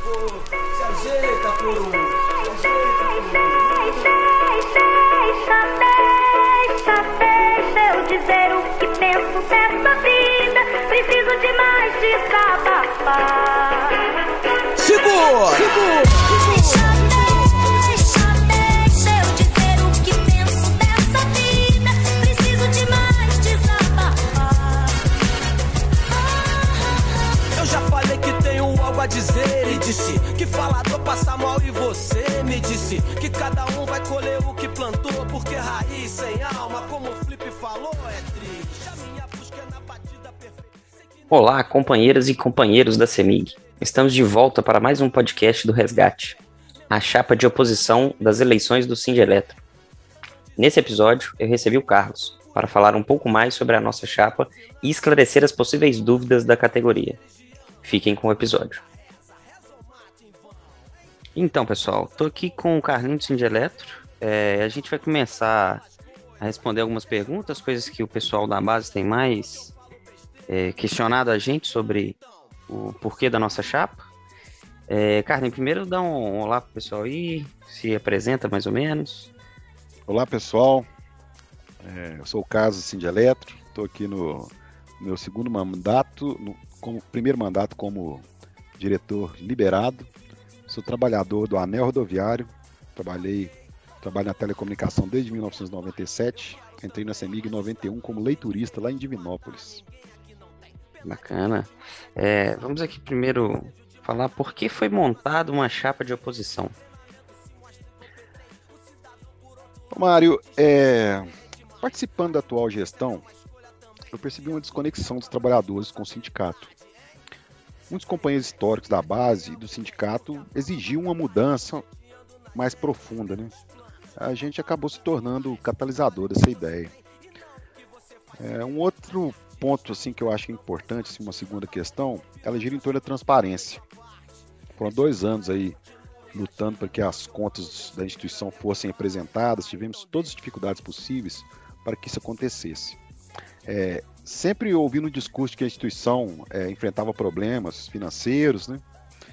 Se ajeita, coroa. Se ajeita, Deixa eu dizer o que penso dessa vida. Preciso de mais desabafar. Segura! Deixa eu dizer o que penso dessa vida. Preciso de mais desabafar. Eu já falei que tenho algo a dizer e disse que falador passa mal e você me disse que cada um vai colher o que plantou, porque raiz sem alma, como o Flip falou, é triste. A minha busca é na batida perfeita. Olá, companheiras e companheiros da CEMIG. Estamos de volta para mais um podcast do Resgate, a chapa de oposição das eleições do Sindeletro. Nesse episódio, eu recebi o Carlos para falar um pouco mais sobre a nossa chapa e esclarecer as possíveis dúvidas da categoria. Fiquem com o episódio. Então, pessoal, estou aqui com o Carlinho do Sindeletro. A gente vai começar a responder algumas perguntas, coisas que o pessoal da base tem mais questionado a gente sobre o porquê da nossa chapa. Carlinho, primeiro dá um olá pro pessoal aí, se apresenta mais ou menos. Olá, pessoal. Eu sou o Carlos do Sindeletro, estou aqui no meu segundo mandato, como primeiro mandato como diretor liberado. Sou trabalhador do Anel Rodoviário, trabalho na telecomunicação desde 1997, entrei na CEMIG em 91 como leiturista lá em Divinópolis. Bacana. Vamos aqui primeiro falar por que foi montada uma chapa de oposição. Mário, participando da atual gestão, eu percebi uma desconexão dos trabalhadores com o sindicato. Muitos companheiros históricos da base e do sindicato exigiam uma mudança mais profunda, né? A gente acabou se tornando o catalisador dessa ideia. Um outro ponto assim, que eu acho importante, assim, uma segunda questão, ela gira em torno da transparência. Foram 2 anos aí lutando para que as contas da instituição fossem apresentadas, tivemos todas as dificuldades possíveis para que isso acontecesse. Sempre ouvindo o discurso de que a instituição enfrentava problemas financeiros, né?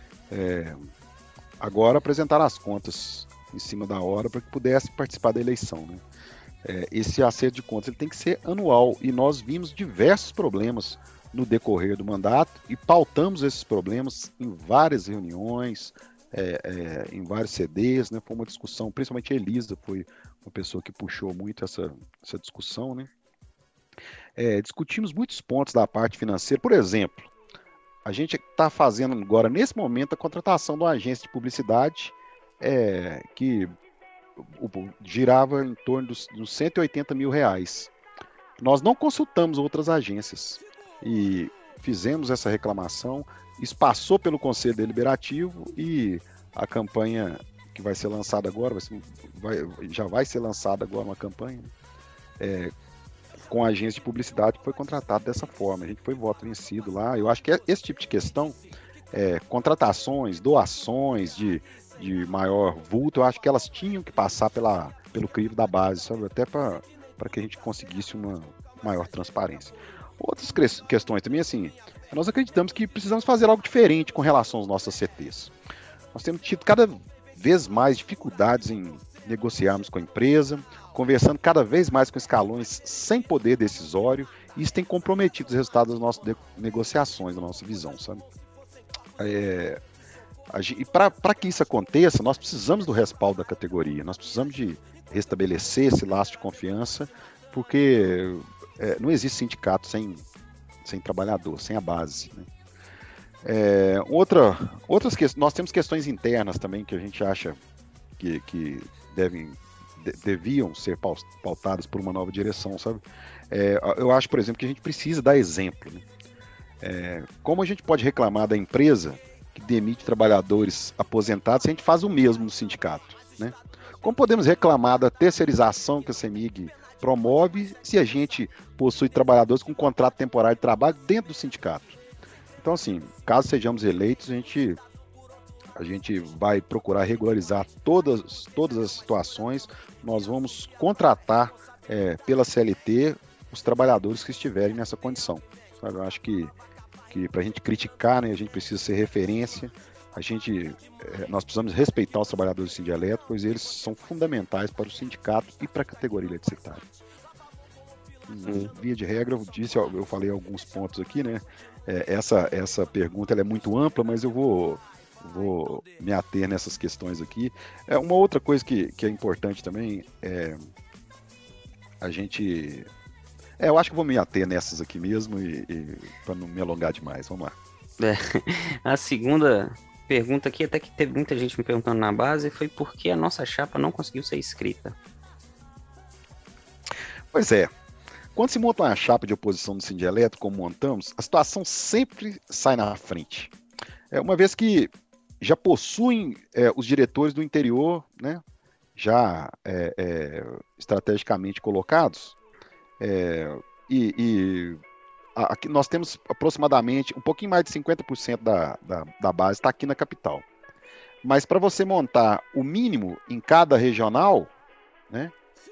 Agora apresentaram as contas em cima da hora para que pudesse participar da eleição, né? Esse acerto de contas ele tem que ser anual e nós vimos diversos problemas no decorrer do mandato e pautamos esses problemas em várias reuniões, em vários CDs, né? Foi uma discussão, principalmente a Elisa foi uma pessoa que puxou muito essa discussão, né? Discutimos muitos pontos da parte financeira. Por exemplo, a gente está fazendo agora, nesse momento, a contratação de uma agência de publicidade que girava em torno dos R$180 mil. Nós não consultamos outras agências e fizemos essa reclamação. Isso passou pelo Conselho Deliberativo e a campanha que vai ser lançada agora, já vai ser lançada agora uma campanha, com a agência de publicidade que foi contratada dessa forma. A gente foi voto vencido lá. Eu acho que esse tipo de questão, contratações, doações de maior vulto, eu acho que elas tinham que passar pelo crivo da base, sabe? Até para que a gente conseguisse uma maior transparência. Outras questões também, assim, nós acreditamos que precisamos fazer algo diferente com relação às nossas CTs. Nós temos tido cada vez mais dificuldades em negociarmos com a empresa, conversando cada vez mais com escalões sem poder decisório, e isso tem comprometido os resultados das nossas negociações, da nossa visão, sabe? E para que isso aconteça, nós precisamos do respaldo da categoria, nós precisamos de restabelecer esse laço de confiança, porque não existe sindicato sem trabalhador, sem a base, né? Outras questões, nós temos questões internas também que a gente acha que deviam ser pautadas por uma nova direção, sabe? Eu acho, por exemplo, que a gente precisa dar exemplo, né? Como a gente pode reclamar da empresa que demite trabalhadores aposentados se a gente faz o mesmo no sindicato, né? Como podemos reclamar da terceirização que a CEMIG promove se a gente possui trabalhadores com contrato temporário de trabalho dentro do sindicato? Então, assim, caso sejamos eleitos, a gente vai procurar regularizar todas as situações. Nós vamos contratar pela CLT os trabalhadores que estiverem nessa condição, sabe? Eu acho que para a gente criticar, né, a gente precisa ser referência nós precisamos respeitar os trabalhadores do Sindialeto, pois eles são fundamentais para o sindicato e para a categoria eletricitária. Via de regra, eu falei alguns pontos aqui, né? Essa pergunta ela é muito ampla, mas eu vou me ater nessas questões aqui. Uma outra coisa que é importante também é a gente... eu acho que vou me ater nessas aqui mesmo e para não me alongar demais. Vamos lá. A segunda pergunta aqui, até que teve muita gente me perguntando na base, foi por que a nossa chapa não conseguiu ser escrita. Pois é. Quando se monta uma chapa de oposição do Sindialeto, como montamos, a situação sempre sai na frente. Uma vez que já possuem os diretores do interior, né, já estrategicamente colocados, aqui nós temos aproximadamente um pouquinho mais de 50% da base está aqui na capital. Mas para você montar o mínimo em cada regional, né,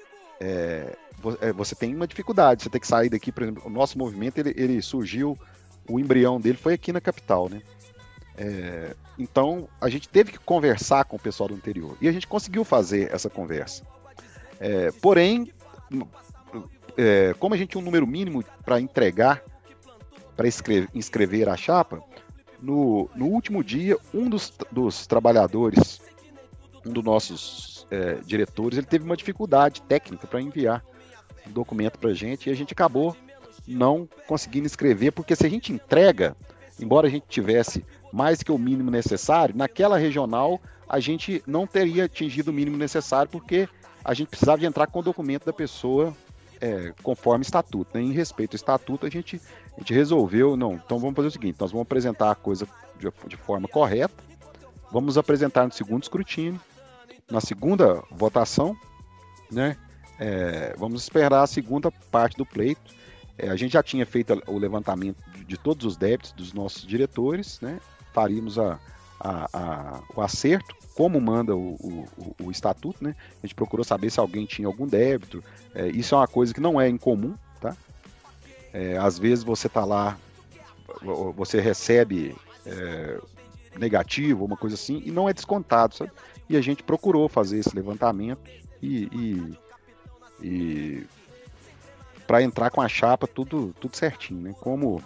você tem uma dificuldade. Você tem que sair daqui, por exemplo, o nosso movimento ele surgiu, o embrião dele foi aqui na capital, né? Então a gente teve que conversar com o pessoal do interior e a gente conseguiu fazer essa conversa. Porém, como a gente tinha um número mínimo para entregar, para inscrever a chapa, no último dia, um dos trabalhadores, um dos nossos diretores, ele teve uma dificuldade técnica para enviar um documento para a gente e a gente acabou não conseguindo inscrever, porque se a gente entrega, embora a gente tivesse mais que o mínimo necessário, naquela regional a gente não teria atingido o mínimo necessário, porque a gente precisava de entrar com o documento da pessoa conforme estatuto, né? Em respeito ao estatuto, a gente resolveu, não, então vamos fazer o seguinte, nós vamos apresentar a coisa de forma correta, vamos apresentar no segundo escrutínio, na segunda votação, né? Vamos esperar a segunda parte do pleito. A gente já tinha feito o levantamento de todos os débitos dos nossos diretores, né? Faríamos o acerto, como manda o estatuto, né? A gente procurou saber se alguém tinha algum débito. Isso é uma coisa que não é incomum, tá? Às vezes você está lá, você recebe negativo, uma coisa assim, e não é descontado, sabe? E a gente procurou fazer esse levantamento e para entrar com a chapa tudo certinho, né? Como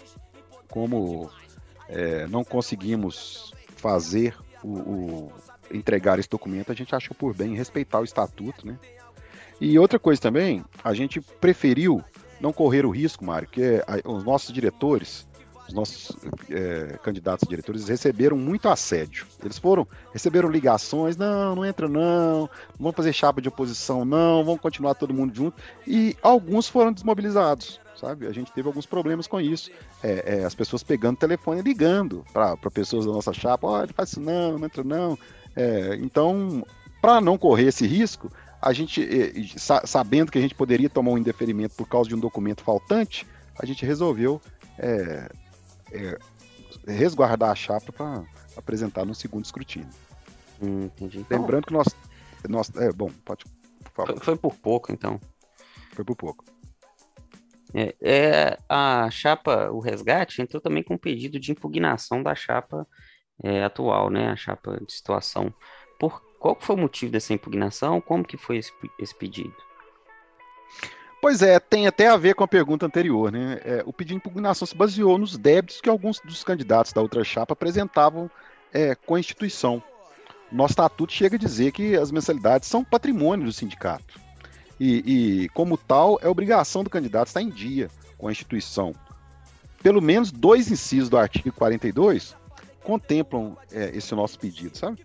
não conseguimos fazer entregar esse documento, a gente achou por bem respeitar o estatuto, né? E outra coisa também, a gente preferiu não correr o risco, Mário, que os nossos diretores, os nossos candidatos a diretores receberam muito assédio. Eles receberam ligações, não entra não vamos fazer chapa de oposição não, vamos continuar todo mundo junto, e alguns foram desmobilizados, sabe? A gente teve alguns problemas com isso, as pessoas pegando o telefone e ligando para pessoas da nossa chapa, olha, faz isso não entra não. Então, para não correr esse risco, a gente, sabendo que a gente poderia tomar um indeferimento por causa de um documento faltante, a gente resolveu resguardar a chapa para apresentar no segundo escrutínio. Entendi. Então, lembrando que nós bom, pode falar. Foi por pouco, então. Foi por pouco. A chapa, o resgate, entrou também com pedido de impugnação da chapa atual, né? A chapa de situação. Qual foi o motivo dessa impugnação? Como que foi esse pedido? Pois tem até a ver com a pergunta anterior, né? O pedido de impugnação se baseou nos débitos que alguns dos candidatos da outra chapa apresentavam com a instituição. Nosso estatuto chega a dizer que as mensalidades são patrimônio do sindicato. E como tal, é obrigação do candidato estar em dia com a instituição. Pelo menos 2 incisos do artigo 42 contemplam esse nosso pedido, sabe?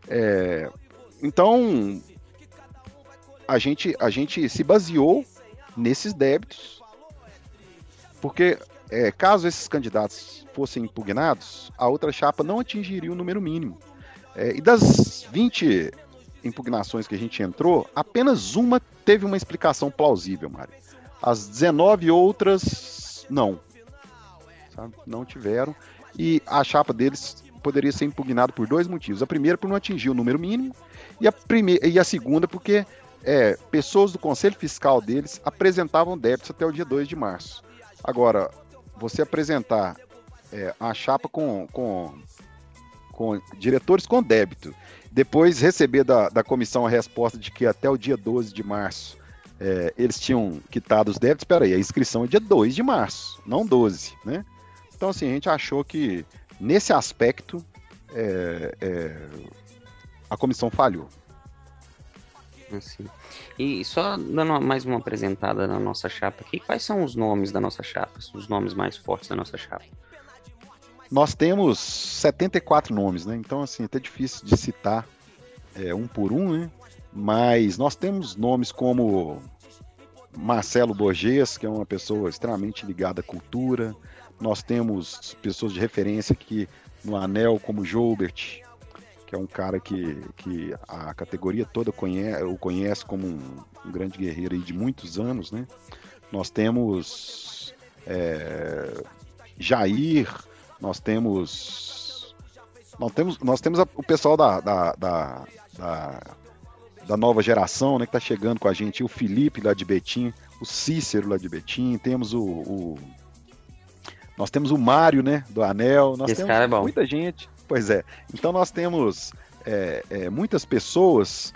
Então, a gente se baseou nesses débitos, porque caso esses candidatos fossem impugnados, a outra chapa não atingiria o número mínimo. E das 20 impugnações que a gente entrou, apenas uma teve uma explicação plausível, Mário. As 19 outras, não. Sabe? Não tiveram. E a chapa deles poderia ser impugnada por 2 motivos. A primeira, por não atingir o número mínimo, e a segunda, porque pessoas do conselho fiscal deles apresentavam débitos até o dia 2 de março. Agora, você apresentar a chapa com diretores com débito, depois receber da comissão a resposta de que até o dia 12 de março eles tinham quitado os débitos. Espera aí, a inscrição é dia 2 de março, não 12, né? Então, assim, a gente achou que nesse aspecto a comissão falhou. Assim. E só dando mais uma apresentada na nossa chapa aqui, quais são os nomes da nossa chapa, os nomes mais fortes da nossa chapa? Nós temos 74 nomes, né? Então, assim, é até difícil de citar um por um, né? Mas nós temos nomes como Marcelo Borges, que é uma pessoa extremamente ligada à cultura. Nós temos pessoas de referência aqui no ANEEL, como Joubert, que é um cara que a categoria toda o conhece como um grande guerreiro aí de muitos anos, né? Nós temos Jair, nós temos o pessoal da nova geração, né, que está chegando com a gente, o Felipe lá de Betim, o Cícero lá de Betim, temos nós temos o Mário, né, do ANEEL, nós temos cara é bom. Muita gente. Pois é. Então nós temos muitas pessoas.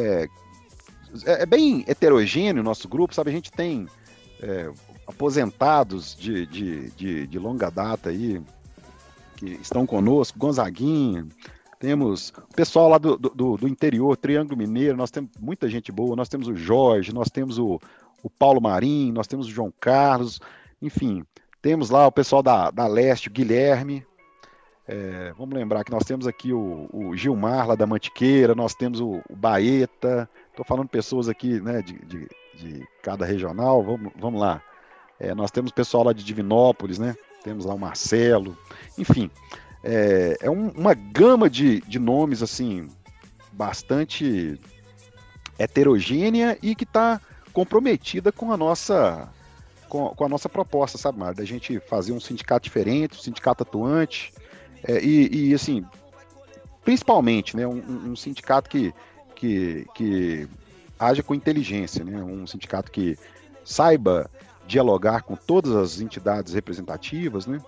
É bem heterogêneo o nosso grupo, sabe? A gente tem aposentados de longa data aí que estão conosco, Gonzaguinha. Temos o pessoal lá do interior, Triângulo Mineiro. Nós temos muita gente boa. Nós temos o Jorge, nós temos o Paulo Marim, nós temos o João Carlos. Enfim, temos lá o pessoal da Leste, o Guilherme. Vamos lembrar que nós temos aqui o Gilmar lá da Mantiqueira, nós temos o Baeta, estou falando pessoas aqui, né, de cada regional, vamos lá. Nós temos o pessoal lá de Divinópolis, né, temos lá o Marcelo, enfim, uma gama de nomes, assim, bastante heterogênea e que está comprometida com a nossa proposta, sabe, Mário? Da gente fazer um sindicato diferente, um sindicato atuante. E assim, principalmente, né, um sindicato que haja com inteligência, né, um sindicato que saiba dialogar com todas as entidades representativas, né,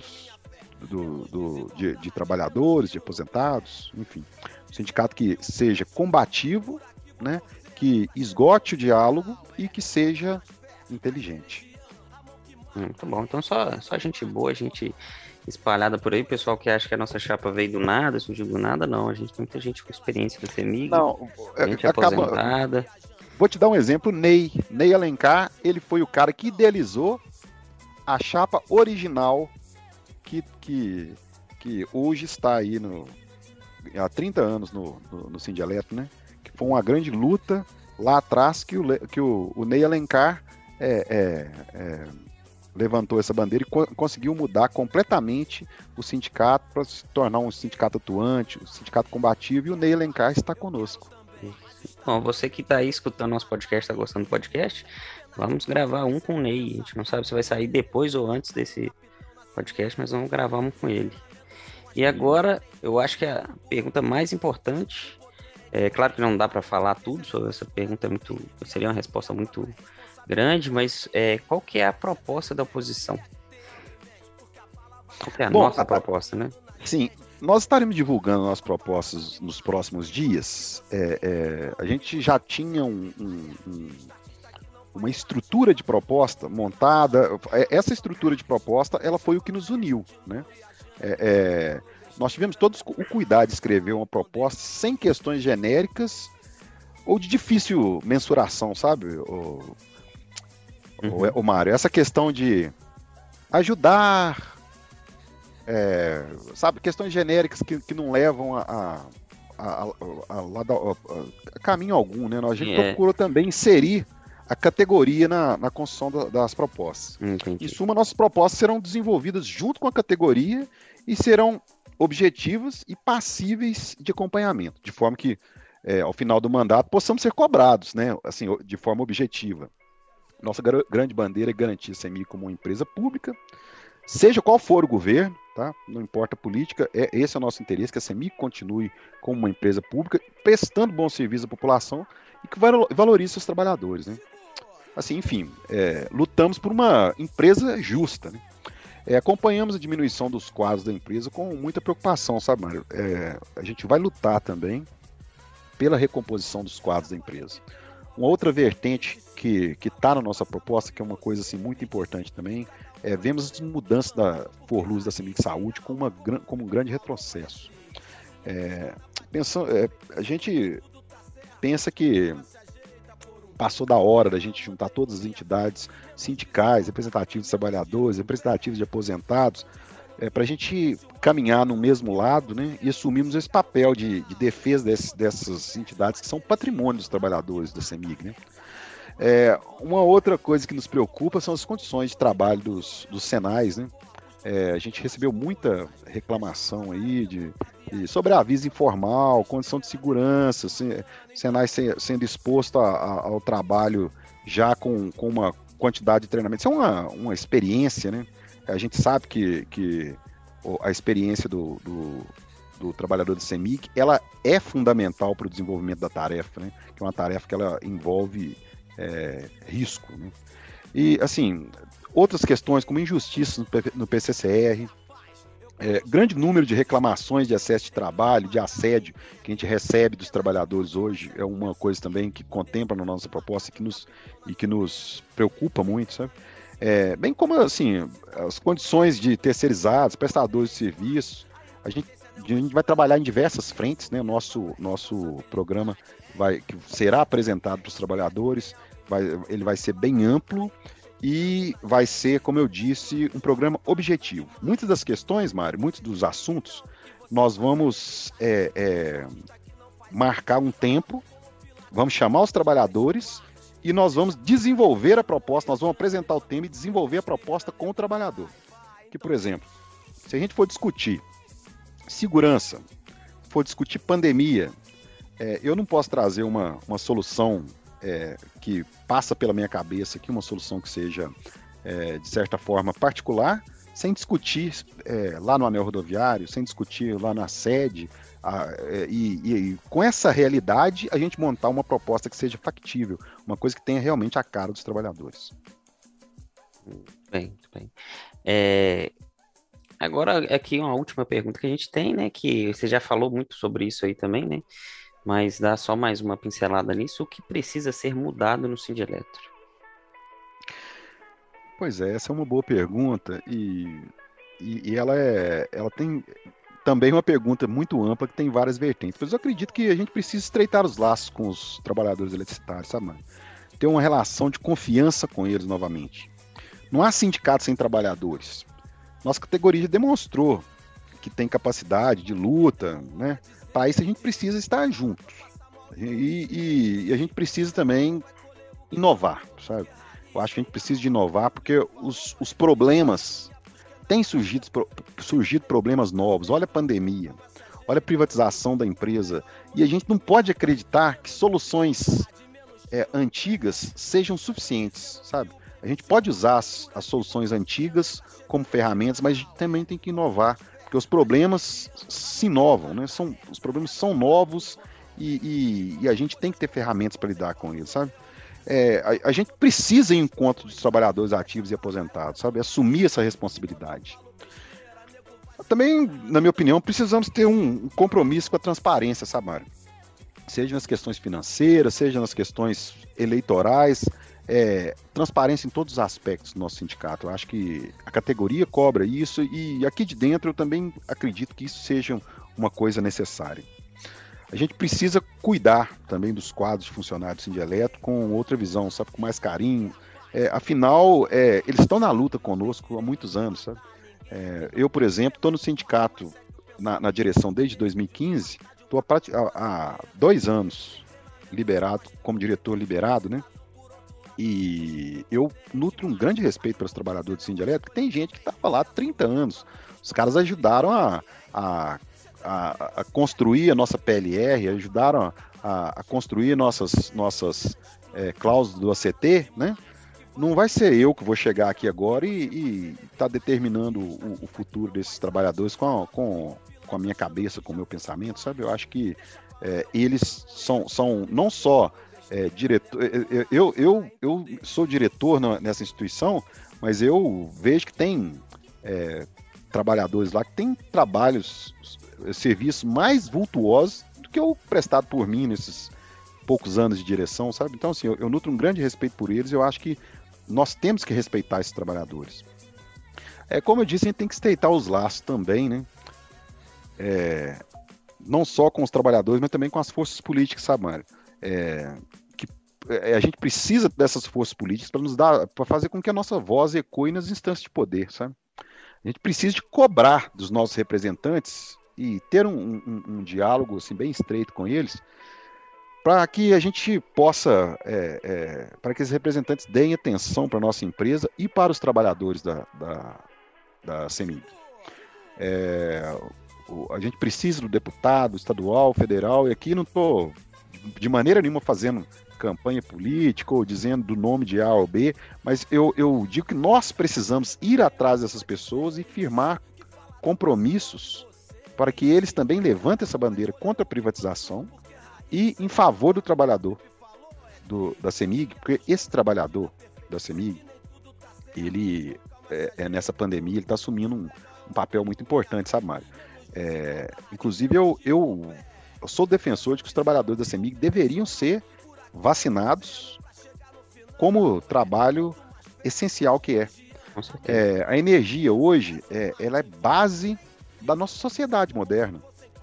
de trabalhadores, de aposentados, enfim, um sindicato que seja combativo, né, que esgote o diálogo e que seja inteligente. Muito bom, então só gente boa, gente espalhada por aí, o pessoal que acha que a nossa chapa veio do nada, surgiu do nada, não, a gente tem muita gente com experiência da CEMIG, gente aposentada. Vou te dar um exemplo, Ney Alencar, ele foi o cara que idealizou a chapa original que hoje está aí há 30 anos no Sindialeto, né, que foi uma grande luta lá atrás que o Ney Alencar levantou essa bandeira e conseguiu mudar completamente o sindicato para se tornar um sindicato atuante, um sindicato combativo, e o Ney Alencar está conosco. Bom, você que está aí escutando nosso podcast, está gostando do podcast, vamos gravar um com o Ney. A gente não sabe se vai sair depois ou antes desse podcast, mas vamos gravar um com ele. E agora, eu acho que a pergunta mais importante, claro que não dá para falar tudo sobre essa pergunta, seria uma resposta muito grande, mas qual que é a proposta da oposição? Qual que é a nossa proposta, né? Sim, nós estaremos divulgando nossas propostas nos próximos dias. A gente já tinha uma estrutura de proposta montada. Essa estrutura de proposta, ela foi o que nos uniu, né? Nós tivemos todos o cuidado de escrever uma proposta sem questões genéricas ou de difícil mensuração, sabe? O Mário, essa questão de ajudar, sabe, questões genéricas que não levam a caminho algum, né? A gente procurou também inserir a categoria na construção das propostas. Entendi. Em suma, nossas propostas serão desenvolvidas junto com a categoria e serão objetivas e passíveis de acompanhamento, de forma que, ao final do mandato, possamos ser cobrados, né? Assim, de forma objetiva. Nossa grande bandeira é garantir a CEMIG como uma empresa pública, seja qual for o governo, tá? Não importa a política, esse é o nosso interesse, que a CEMIG continue como uma empresa pública, prestando bom serviço à população e que valorize seus trabalhadores, né? Assim, enfim, lutamos por uma empresa justa, né? Acompanhamos a diminuição dos quadros da empresa com muita preocupação, sabe, Mário? A gente vai lutar também pela recomposição dos quadros da empresa. Uma outra vertente que está na nossa proposta, que é uma coisa assim, muito importante também, vemos as mudanças da Forluz da CEMIG Saúde como um grande retrocesso. A gente pensa que passou da hora da gente juntar todas as entidades sindicais, representativos de trabalhadores, representativos de aposentados, para a gente caminhar no mesmo lado, né, e assumirmos esse papel de defesa dessas entidades que são patrimônio dos trabalhadores da CEMIG, né. Uma outra coisa que nos preocupa são as condições de trabalho dos senais, né. A gente recebeu muita reclamação aí sobre aviso informal, condição de segurança, senais sendo exposto ao trabalho já com uma quantidade de treinamento. Isso é uma experiência, né? A gente sabe que a experiência do trabalhador do CEMIG, ela é fundamental para o desenvolvimento da tarefa, né? Que é uma tarefa que ela envolve risco, né? E, assim, outras questões como injustiça no PCCR, grande número de reclamações de excesso de trabalho, de assédio que a gente recebe dos trabalhadores hoje, é uma coisa também que contempla na nossa proposta e que nos preocupa muito, sabe? Bem como, assim, as condições de terceirizados, prestadores de serviços. A gente vai trabalhar em diversas frentes, né? Nosso programa que será apresentado para os trabalhadores, ele vai ser bem amplo e vai ser, como eu disse, um programa objetivo. Muitas das questões, Mário, muitos dos assuntos, nós vamos marcar um tempo, vamos chamar os trabalhadores e nós vamos desenvolver a proposta, nós vamos apresentar o tema e desenvolver a proposta com o trabalhador. Que, por exemplo, se a gente for discutir segurança, for discutir pandemia, eu não posso trazer uma solução que passa pela minha cabeça aqui, uma solução que seja, de certa forma, particular, sem discutir lá no anel rodoviário, sem discutir lá na sede, e com essa realidade a gente montar uma proposta que seja factível, uma coisa que tenha realmente a cara dos trabalhadores. Muito bem. Agora, aqui uma última pergunta que a gente tem, né, que você já falou muito sobre isso aí também, né, mas dá só mais uma pincelada nisso. O que precisa ser mudado no Sindeletro? Pois essa é uma boa pergunta e ela tem também uma pergunta muito ampla que tem várias vertentes. Mas eu acredito que a gente precisa estreitar os laços com os trabalhadores eletricitários, sabe, mano? Ter uma relação de confiança com eles novamente. Não há sindicato sem trabalhadores. Nossa categoria demonstrou que tem capacidade de luta, né? Para isso a gente precisa estar juntos. E a gente precisa também inovar, sabe? Eu acho que a gente precisa de inovar porque os problemas têm surgido problemas novos. Olha a pandemia, olha a privatização da empresa. E a gente não pode acreditar que soluções antigas sejam suficientes, sabe? A gente pode usar as soluções antigas como ferramentas, mas a gente também tem que inovar, porque os problemas se inovam, né? Os problemas são novos e a gente tem que ter ferramentas para lidar com eles, sabe? A gente precisa ir em encontro dos trabalhadores ativos e aposentados, sabe? Assumir essa responsabilidade. Também, na minha opinião, precisamos ter um compromisso com a transparência, sabe, Mário? Seja nas questões financeiras, seja nas questões eleitorais, transparência em todos os aspectos do nosso sindicato. Eu acho que a categoria cobra isso e aqui de dentro eu também acredito que isso seja uma coisa necessária. A gente precisa cuidar também dos quadros de funcionários do Sindeletro com outra visão, sabe, com mais carinho. Afinal, eles estão na luta conosco há muitos anos, sabe? Eu, por exemplo, estou no sindicato na direção desde 2015, estou há 2 anos como diretor liberado, né? E eu nutro um grande respeito pelos trabalhadores do Sindeletro, porque tem gente que estava lá há 30 anos. Os caras ajudaram a construir a nossa PLR, ajudaram a construir nossas cláusulas do ACT, né? Não vai ser eu que vou chegar aqui agora e tá determinando o futuro desses trabalhadores com a minha cabeça, com o meu pensamento, sabe? Eu acho que eles são não só diretor. Eu sou diretor nessa instituição, mas eu vejo que tem trabalhadores lá que têm serviços mais vultuosos do que o prestado por mim nesses poucos anos de direção, sabe? Então, assim, eu nutro um grande respeito por eles, eu acho que nós temos que respeitar esses trabalhadores. Como eu disse, a gente tem que estreitar os laços também, né? Não só com os trabalhadores, mas também com as forças políticas, sabe, Mário? A gente precisa dessas forças políticas para fazer com que a nossa voz ecoe nas instâncias de poder, sabe? A gente precisa de cobrar dos nossos representantes e ter um diálogo assim, bem estreito com eles, para que a gente possa, para que esses representantes deem atenção para a nossa empresa e para os trabalhadores da CEMIG. A gente precisa do deputado estadual, federal, e aqui não estou de maneira nenhuma fazendo campanha política ou dizendo do nome de A ou B, mas eu digo que nós precisamos ir atrás dessas pessoas e firmar compromissos para que eles também levantem essa bandeira contra a privatização e em favor do trabalhador da CEMIG, porque esse trabalhador da CEMIG, ele, nessa pandemia, ele está assumindo um papel muito importante, sabe, Mário? Inclusive, eu sou defensor de que os trabalhadores da CEMIG deveriam ser vacinados como trabalho essencial que é. A energia hoje, ela é base da nossa sociedade moderna.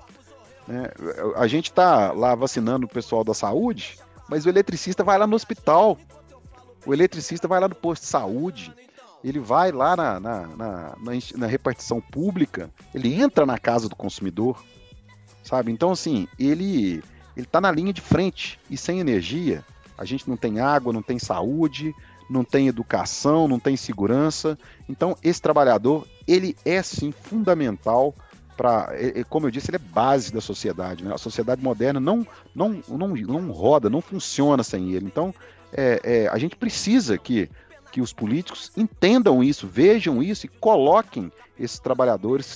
A gente está lá vacinando o pessoal da saúde, mas o eletricista vai lá no hospital, o eletricista vai lá no posto de saúde, ele vai lá na repartição pública, ele entra na casa do consumidor, sabe? Então, assim, ele está na linha de frente, e sem energia a gente não tem água, não tem saúde, não tem educação, não tem segurança. Então, esse trabalhador, ele é sim fundamental para, como eu disse, ele é base da sociedade, né? A sociedade moderna não roda, não funciona sem ele. Então, a gente precisa que os políticos entendam isso, vejam isso e coloquem esses trabalhadores,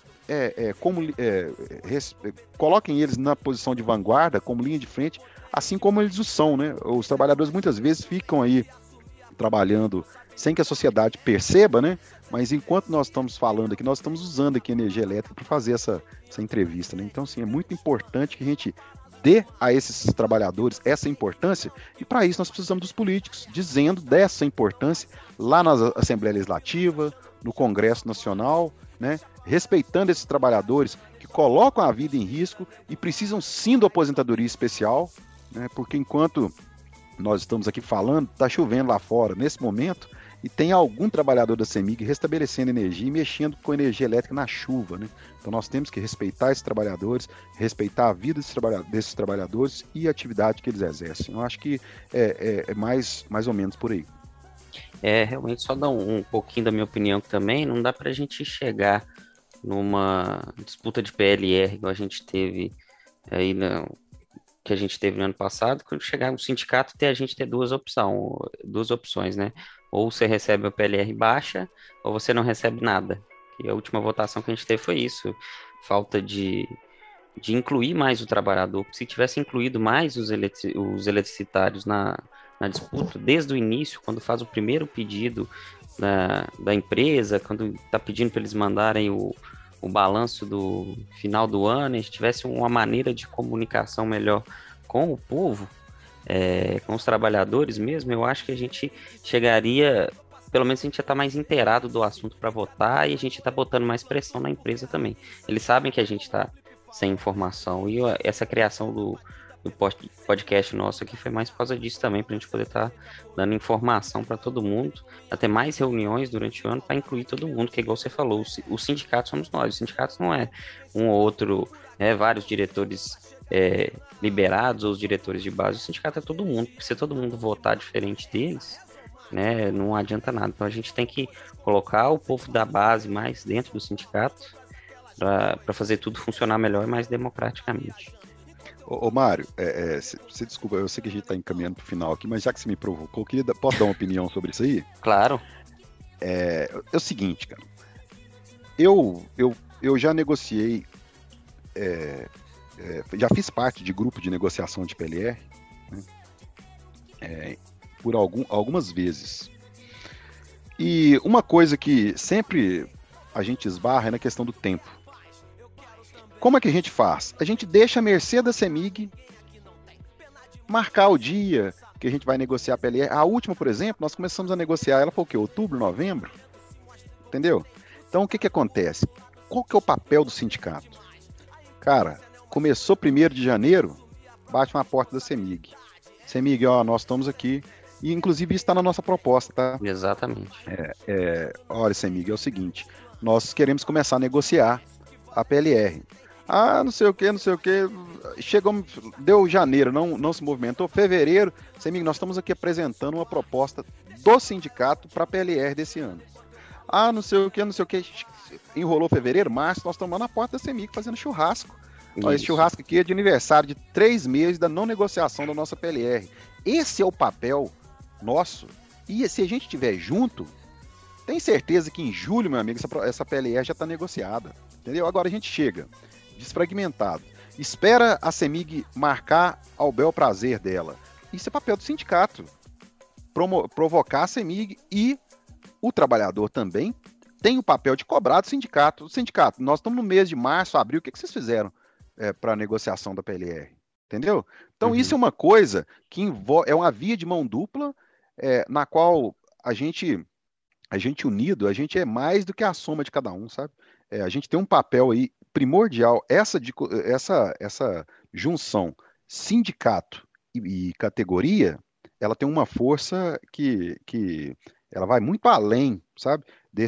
coloquem eles na posição de vanguarda, como linha de frente, assim como eles o são, né? Os trabalhadores muitas vezes ficam aí trabalhando sem que a sociedade perceba, né? Mas enquanto nós estamos falando aqui, nós estamos usando aqui energia elétrica para fazer essa entrevista, né? Então, assim, é muito importante que a gente dê a esses trabalhadores essa importância, e para isso nós precisamos dos políticos dizendo dessa importância lá na Assembleia Legislativa, no Congresso Nacional, né? Respeitando esses trabalhadores que colocam a vida em risco e precisam sim da aposentadoria especial, né? Porque enquanto nós estamos aqui falando, está chovendo lá fora nesse momento, e tem algum trabalhador da CEMIG restabelecendo energia e mexendo com energia elétrica na chuva, né? Então nós temos que respeitar esses trabalhadores, respeitar a vida desses trabalhadores e a atividade que eles exercem. Eu acho que é mais ou menos por aí. Realmente, só dar um pouquinho da minha opinião também, não dá para a gente chegar numa disputa de PLR igual a gente teve aí que a gente teve no ano passado, quando chegar no sindicato, a gente ter duas opções, né? Ou você recebe a PLR baixa, ou você não recebe nada. E a última votação que a gente teve foi isso, falta de incluir mais o trabalhador. Se tivesse incluído mais os eletricitários na disputa, desde o início, quando faz o primeiro pedido da empresa, quando está pedindo para eles mandarem o balanço do final do ano, a gente tivesse uma maneira de comunicação melhor com o povo, com os trabalhadores mesmo, eu acho que a gente chegaria, pelo menos a gente já está mais inteirado do assunto para votar, e a gente está botando mais pressão na empresa também. Eles sabem que a gente está sem informação, e essa criação do podcast nosso aqui foi mais por causa disso também, para a gente poder estar dando informação para todo mundo, até mais reuniões durante o ano para incluir todo mundo, que igual você falou, o sindicato somos nós, o sindicato não é um ou outro, vários diretores liberados ou os diretores de base, o sindicato é todo mundo, porque se todo mundo votar diferente deles, né, não adianta nada. Então a gente tem que colocar o povo da base mais dentro do sindicato para fazer tudo funcionar melhor e mais democraticamente. Ô Mário, você desculpa, eu sei que a gente está encaminhando para o final aqui, mas já que você me provocou, posso dar uma opinião sobre isso aí? Claro. É o seguinte, cara, eu já negociei, já fiz parte de grupo de negociação de PLR, né, por algumas vezes. E uma coisa que sempre a gente esbarra é na questão do tempo. Como é que a gente faz? A gente deixa a mercê da CEMIG marcar o dia que a gente vai negociar a PLR. A última, por exemplo, nós começamos a negociar ela foi o quê? Outubro, novembro? Entendeu? Então, o que acontece? Qual que é o papel do sindicato? Cara, começou 1º de janeiro, bate na porta da CEMIG. CEMIG, ó, nós estamos aqui. E, inclusive, isso está na nossa proposta, tá? Exatamente. Olha, CEMIG, é o seguinte. Nós queremos começar a negociar a PLR. Ah, não sei o que. Chegou, deu janeiro, não se movimentou. Fevereiro, CEMIG, nós estamos aqui apresentando uma proposta do sindicato para a PLR desse ano. Ah, não sei o que. Enrolou fevereiro, março, nós estamos lá na porta da CEMIG fazendo churrasco. Ó, esse churrasco aqui é de aniversário de 3 meses da não negociação da nossa PLR. Esse é o papel nosso. E se a gente estiver junto, tem certeza que em julho, meu amigo, essa PLR já está negociada. Entendeu? Agora a gente chega desfragmentado. Espera a CEMIG marcar ao bel prazer dela. Isso é papel do sindicato. Provocar a CEMIG e o trabalhador também tem o papel de cobrar do sindicato. O sindicato, nós estamos no mês de março, abril, o que vocês fizeram para a negociação da PLR? Entendeu? Então isso é uma coisa que é uma via de mão dupla, na qual a gente unido, a gente é mais do que a soma de cada um, sabe? A gente tem um papel aí primordial, essa junção sindicato e categoria, ela tem uma força que ela vai muito além, sabe?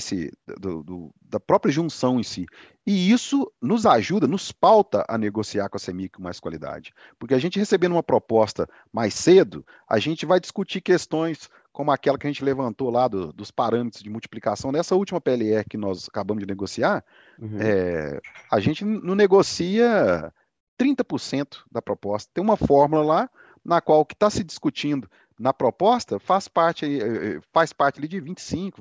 Da própria junção em si. E isso nos ajuda, nos pauta a negociar com a CEMIG com mais qualidade. Porque a gente recebendo uma proposta mais cedo, a gente vai discutir questões como aquela que a gente levantou lá dos parâmetros de multiplicação. Nessa última PLR que nós acabamos de negociar, a gente não negocia 30% da proposta. Tem uma fórmula lá na qual o que está se discutindo na proposta faz parte ali de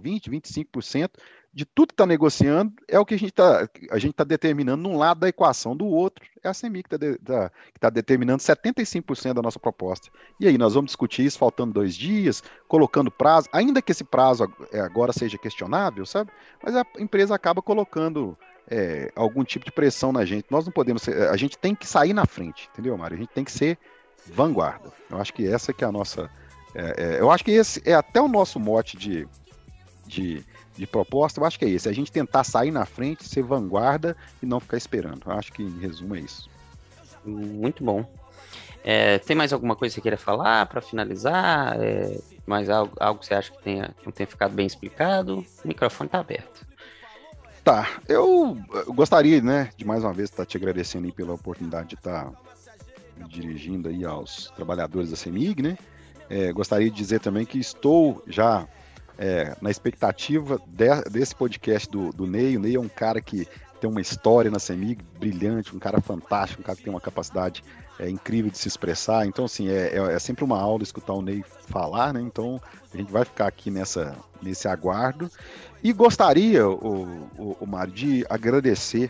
25% de tudo que está negociando, é o que a gente está determinando num lado da equação, do outro é a CEMIG que está determinando 75% da nossa proposta. E aí nós vamos discutir isso faltando 2 dias, colocando prazo, ainda que esse prazo agora seja questionável, sabe? Mas a empresa acaba colocando algum tipo de pressão na gente. Nós não podemos a gente tem que sair na frente, entendeu, Mário? A gente tem que ser vanguarda. Eu acho que essa que é a nossa... eu acho que esse é até o nosso mote de proposta, eu acho que é esse, a gente tentar sair na frente, ser vanguarda e não ficar esperando. Eu acho que, em resumo, é isso. Muito bom. Tem mais alguma coisa que você queira falar para finalizar? Mais algo que você acha que não tenha ficado bem explicado? O microfone está aberto. Tá, eu gostaria, né, de mais uma vez estar te agradecendo aí pela oportunidade de estar dirigindo aí aos trabalhadores da CEMIG, né? Gostaria de dizer também que estou já na expectativa desse podcast do Ney. O Ney é um cara que tem uma história na CEMIG brilhante, um cara fantástico, um cara que tem uma capacidade incrível de se expressar. Então, assim, é sempre uma aula escutar o Ney falar, né? Então, a gente vai ficar aqui nesse aguardo. E gostaria, o Mário, de agradecer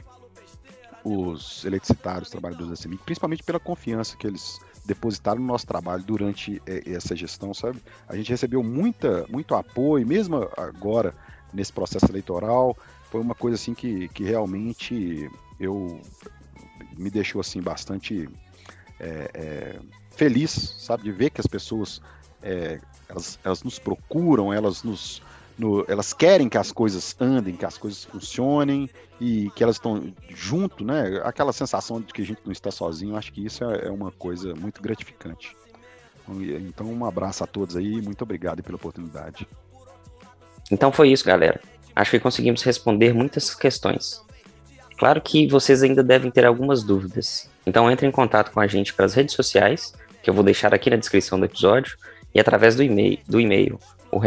os eletricitários, os trabalhadores da CEMIG, principalmente pela confiança que eles depositaram no nosso trabalho durante essa gestão, sabe? A gente recebeu muito apoio, mesmo agora nesse processo eleitoral. Foi uma coisa assim que realmente me deixou assim bastante feliz, sabe? De ver que as pessoas elas nos procuram, elas querem que as coisas andem, que as coisas funcionem e que elas estão junto, né? Aquela sensação de que a gente não está sozinho, acho que isso é uma coisa muito gratificante. Então, um abraço a todos aí e muito obrigado pela oportunidade. Então foi isso, galera. Acho que conseguimos responder muitas questões. Claro que vocês ainda devem ter algumas dúvidas. Então entre em contato com a gente pelas redes sociais, que eu vou deixar aqui na descrição do episódio, e através do e-mail, o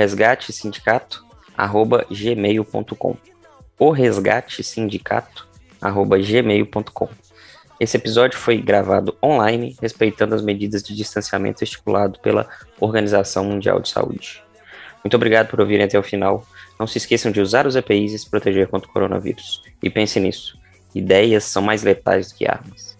resgatesindicato@gmail.com. O resgatesindicato@gmail.com. Esse episódio foi gravado online, respeitando as medidas de distanciamento estipulado pela Organização Mundial de Saúde. Muito obrigado por ouvirem até o final. Não se esqueçam de usar os EPIs e se proteger contra o coronavírus. E pense nisso, ideias são mais letais do que armas.